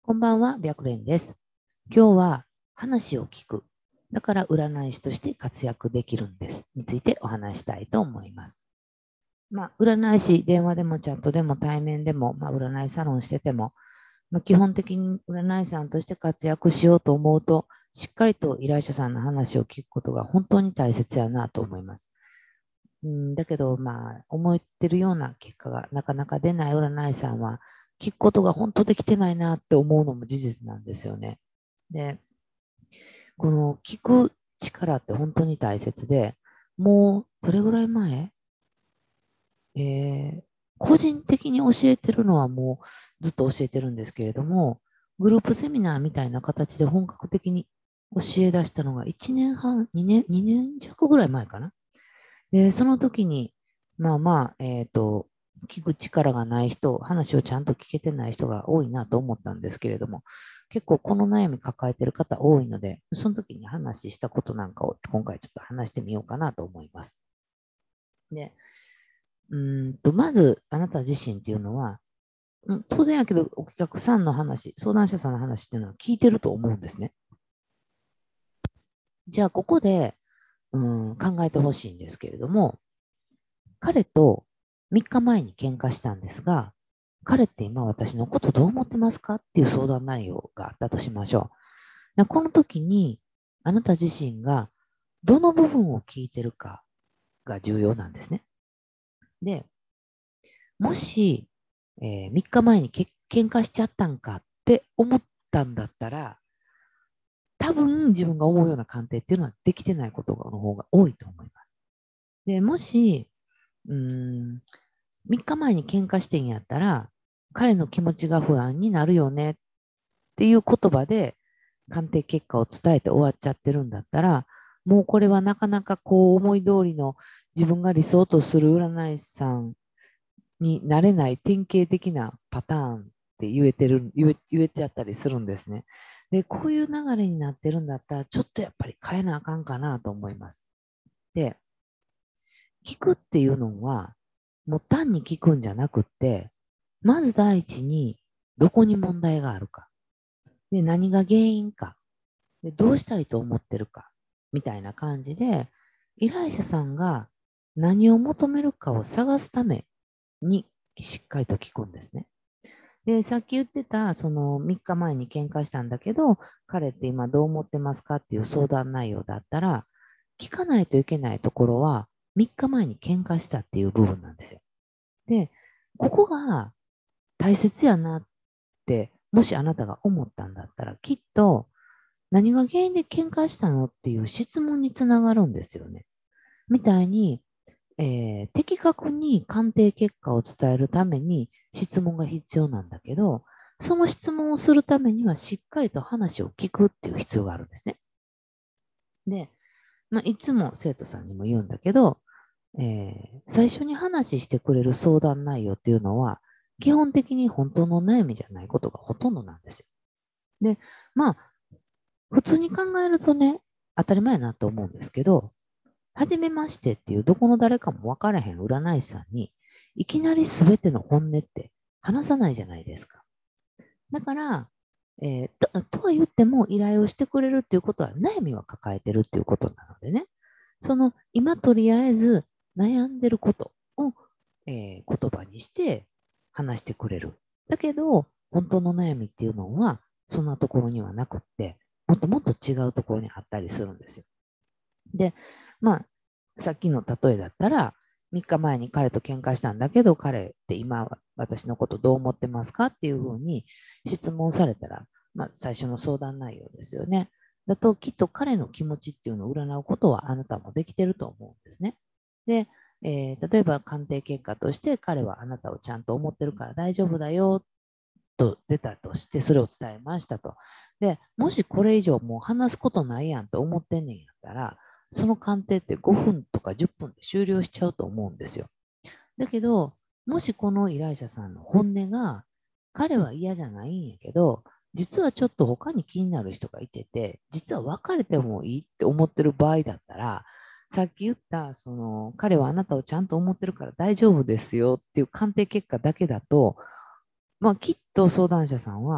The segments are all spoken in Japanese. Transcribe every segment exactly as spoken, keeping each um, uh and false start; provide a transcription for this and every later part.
こんばんは、白蓮です。今日は話を聞く。だから占い師として活躍できるんです。についてお話したいと思います。まあ、占い師、電話でもチャットでも対面でも、まあ、占いサロンしてても、まあ、基本的に占い師さんとして活躍しようと思うと、しっかりと依頼者さんの話を聞くことが本当に大切やなと思います。うん、だけど、まあ、思ってるような結果がなかなか出ない占い師さんは、聞くことが本当できてないなって思うのも事実なんですよね。で、この聞く力って本当に大切で、もうどれぐらい前えー個人的に教えてるのはもうずっと教えてるんですけれども、グループセミナーみたいな形で本格的に教え出したのがいちねんはん、にねん、にねん弱ぐらい前かな。で、その時に、まあまあ、えっと、聞く力がない人、話をちゃんと聞けてない人が多いなと思ったんですけれども、結構この悩み抱えてる方多いので、その時に話したことなんかを今回ちょっと話してみようかなと思います。で、うーんと、まずあなた自身っていうのは、うん当然やけどお客さんの話、相談者さんの話っていうのは聞いてると思うんですね。じゃあ、ここで、うん、考えてほしいんですけれども、彼とみっかまえに喧嘩したんですが、彼って今私のことどう思ってますかっていう相談内容があったとしましょう。この時に、あなた自身がどの部分を聞いてるかが重要なんですね。で、もし、えー、みっかまえにけ喧嘩しちゃったんかって思ったんだったら、多分自分が思うような鑑定っていうのはできてないことの方が多いと思います。で、もし、うーん、みっかまえに喧嘩してんやったら、彼の気持ちが不安になるよねっていう言葉で鑑定結果を伝えて終わっちゃってるんだったら、もうこれはなかなかこう思い通りの自分が理想とする占い師さんになれない典型的なパターンって言えてる、言え、言えちゃったりするんですね。で、こういう流れになってるんだったら、ちょっとやっぱり変えなあかんかなと思います。で、聞くっていうのは、もう単に聞くんじゃなくって、まず第一に、どこに問題があるか。で、何が原因か。で、どうしたいと思ってるか。みたいな感じで、依頼者さんが何を求めるかを探すためにしっかりと聞くんですね。で、さっき言ってた、そのみっかまえに喧嘩したんだけど、彼って今どう思ってますかっていう相談内容だったら、聞かないといけないところは、みっかまえに喧嘩したっていう部分なんですよ。で、ここが大切やなって、もしあなたが思ったんだったら、きっと何が原因で喧嘩したのっていう質問につながるんですよね。みたいに、えー的確に鑑定結果を伝えるために質問が必要なんだけど、その質問をするためにはしっかりと話を聞くっていう必要があるんですね。で、まあ、いつも生徒さんにも言うんだけど、えー最初に話してくれる相談内容っていうのは、基本的に本当の悩みじゃないことがほとんどなんですよ。で、まあ、普通に考えるとね、当たり前やなと思うんですけど、はじめましてっていうどこの誰かもわからへん占い師さんに、いきなり全ての本音って話さないじゃないですか。だから、えーと、とは言っても依頼をしてくれるっていうことは悩みは抱えてるっていうことなのでね、その今とりあえず悩んでることを、えー言葉にして話してくれる。だけど、本当の悩みっていうのはそんなところにはなくって、もっともっと違うところにあったりするんですよ。で、まあ、さっきの例えだったら、みっかまえに彼と喧嘩したんだけど、彼って今私のことどう思ってますかっていうふうに質問されたら、まあ、最初の相談内容ですよね。だと、きっと彼の気持ちっていうのを占うことはあなたもできてると思うんですね。で、えー例えば鑑定結果として彼はあなたをちゃんと思ってるから大丈夫だよと出たとして、それを伝えましたと。で、もしこれ以上もう話すことないやんと思ってんねんやったら、その鑑定ってごふんとかじゅっぷんで終了しちゃうと思うんですよ。だけど、もしこの依頼者さんの本音が、彼は嫌じゃないんやけど、実はちょっと他に気になる人がいてて、実は別れてもいいって思ってる場合だったら、さっき言った、その、彼はあなたをちゃんと思ってるから大丈夫ですよっていう鑑定結果だけだと、まあ、きっと相談者さんは、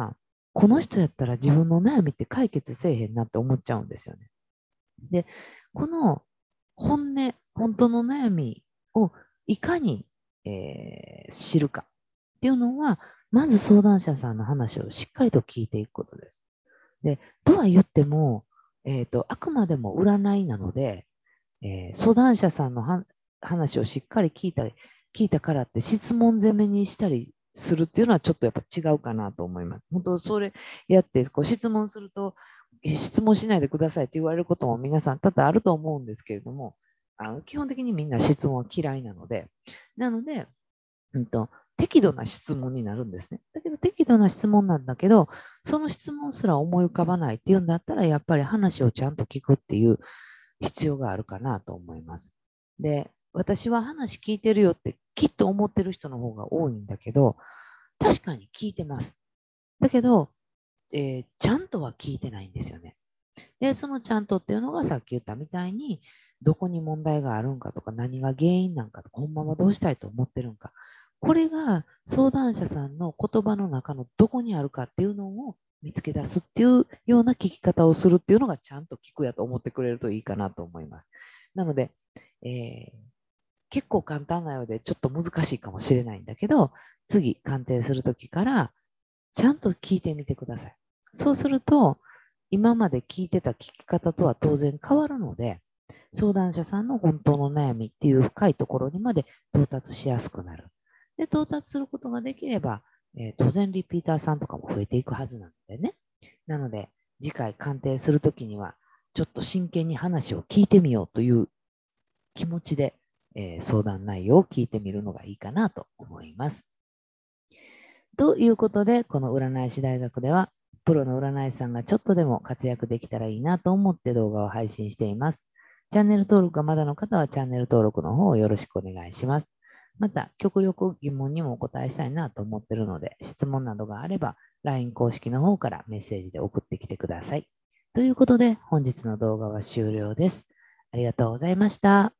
この人やったら自分の悩みって解決せえへんなって思っちゃうんですよね。で、この本音、本当の悩みをいかに、えー知るかっていうのは、まず相談者さんの話をしっかりと聞いていくことです。で、とは言っても、えっと、あくまでも占いなので、えー相談者さんのは話をしっかり聞いたり、聞いたからって質問攻めにしたりするっていうのはちょっとやっぱ違うかなと思います。本当、それやってこう質問すると、質問しないでくださいって言われることも皆さん多々あると思うんですけれども、あの基本的にみんな質問は嫌いなので、なので、うんと、適度な質問になるんですね。だけど適度な質問なんだけど、その質問すら思い浮かばないっていうんだったら、やっぱり話をちゃんと聞くっていう必要があるかなと思います。で、私は話聞いてるよってきっと思ってる人の方が多いんだけど、確かに聞いてます。だけど、えーちゃんとは聞いてないんですよね。で、そのちゃんとっていうのがさっき言ったみたいに、どこに問題があるんかとか、何が原因なんかとか、ほんまはどうしたいと思ってるんか。これが相談者さんの言葉の中のどこにあるかっていうのを見つけ出すっていうような聞き方をするっていうのがちゃんと聞くやと思ってくれるといいかなと思います。なので、えー結構簡単なようでちょっと難しいかもしれないんだけど、次鑑定するときからちゃんと聞いてみてください。そうすると、今まで聞いてた聞き方とは当然変わるので、相談者さんの本当の悩みっていう深いところにまで到達しやすくなる。で、到達することができれば、えー当然リピーターさんとかも増えていくはずなのでね。なので、次回鑑定するときには、ちょっと真剣に話を聞いてみようという気持ちで、えー相談内容を聞いてみるのがいいかなと思います。ということで、この占い師大学では、プロの占い師さんがちょっとでも活躍できたらいいなと思って動画を配信しています。チャンネル登録がまだの方はチャンネル登録の方をよろしくお願いします。また、極力疑問にもお答えしたいなと思っているので、質問などがあれば、ライン 公式の方からメッセージで送ってきてください。ということで、本日の動画は終了です。ありがとうございました。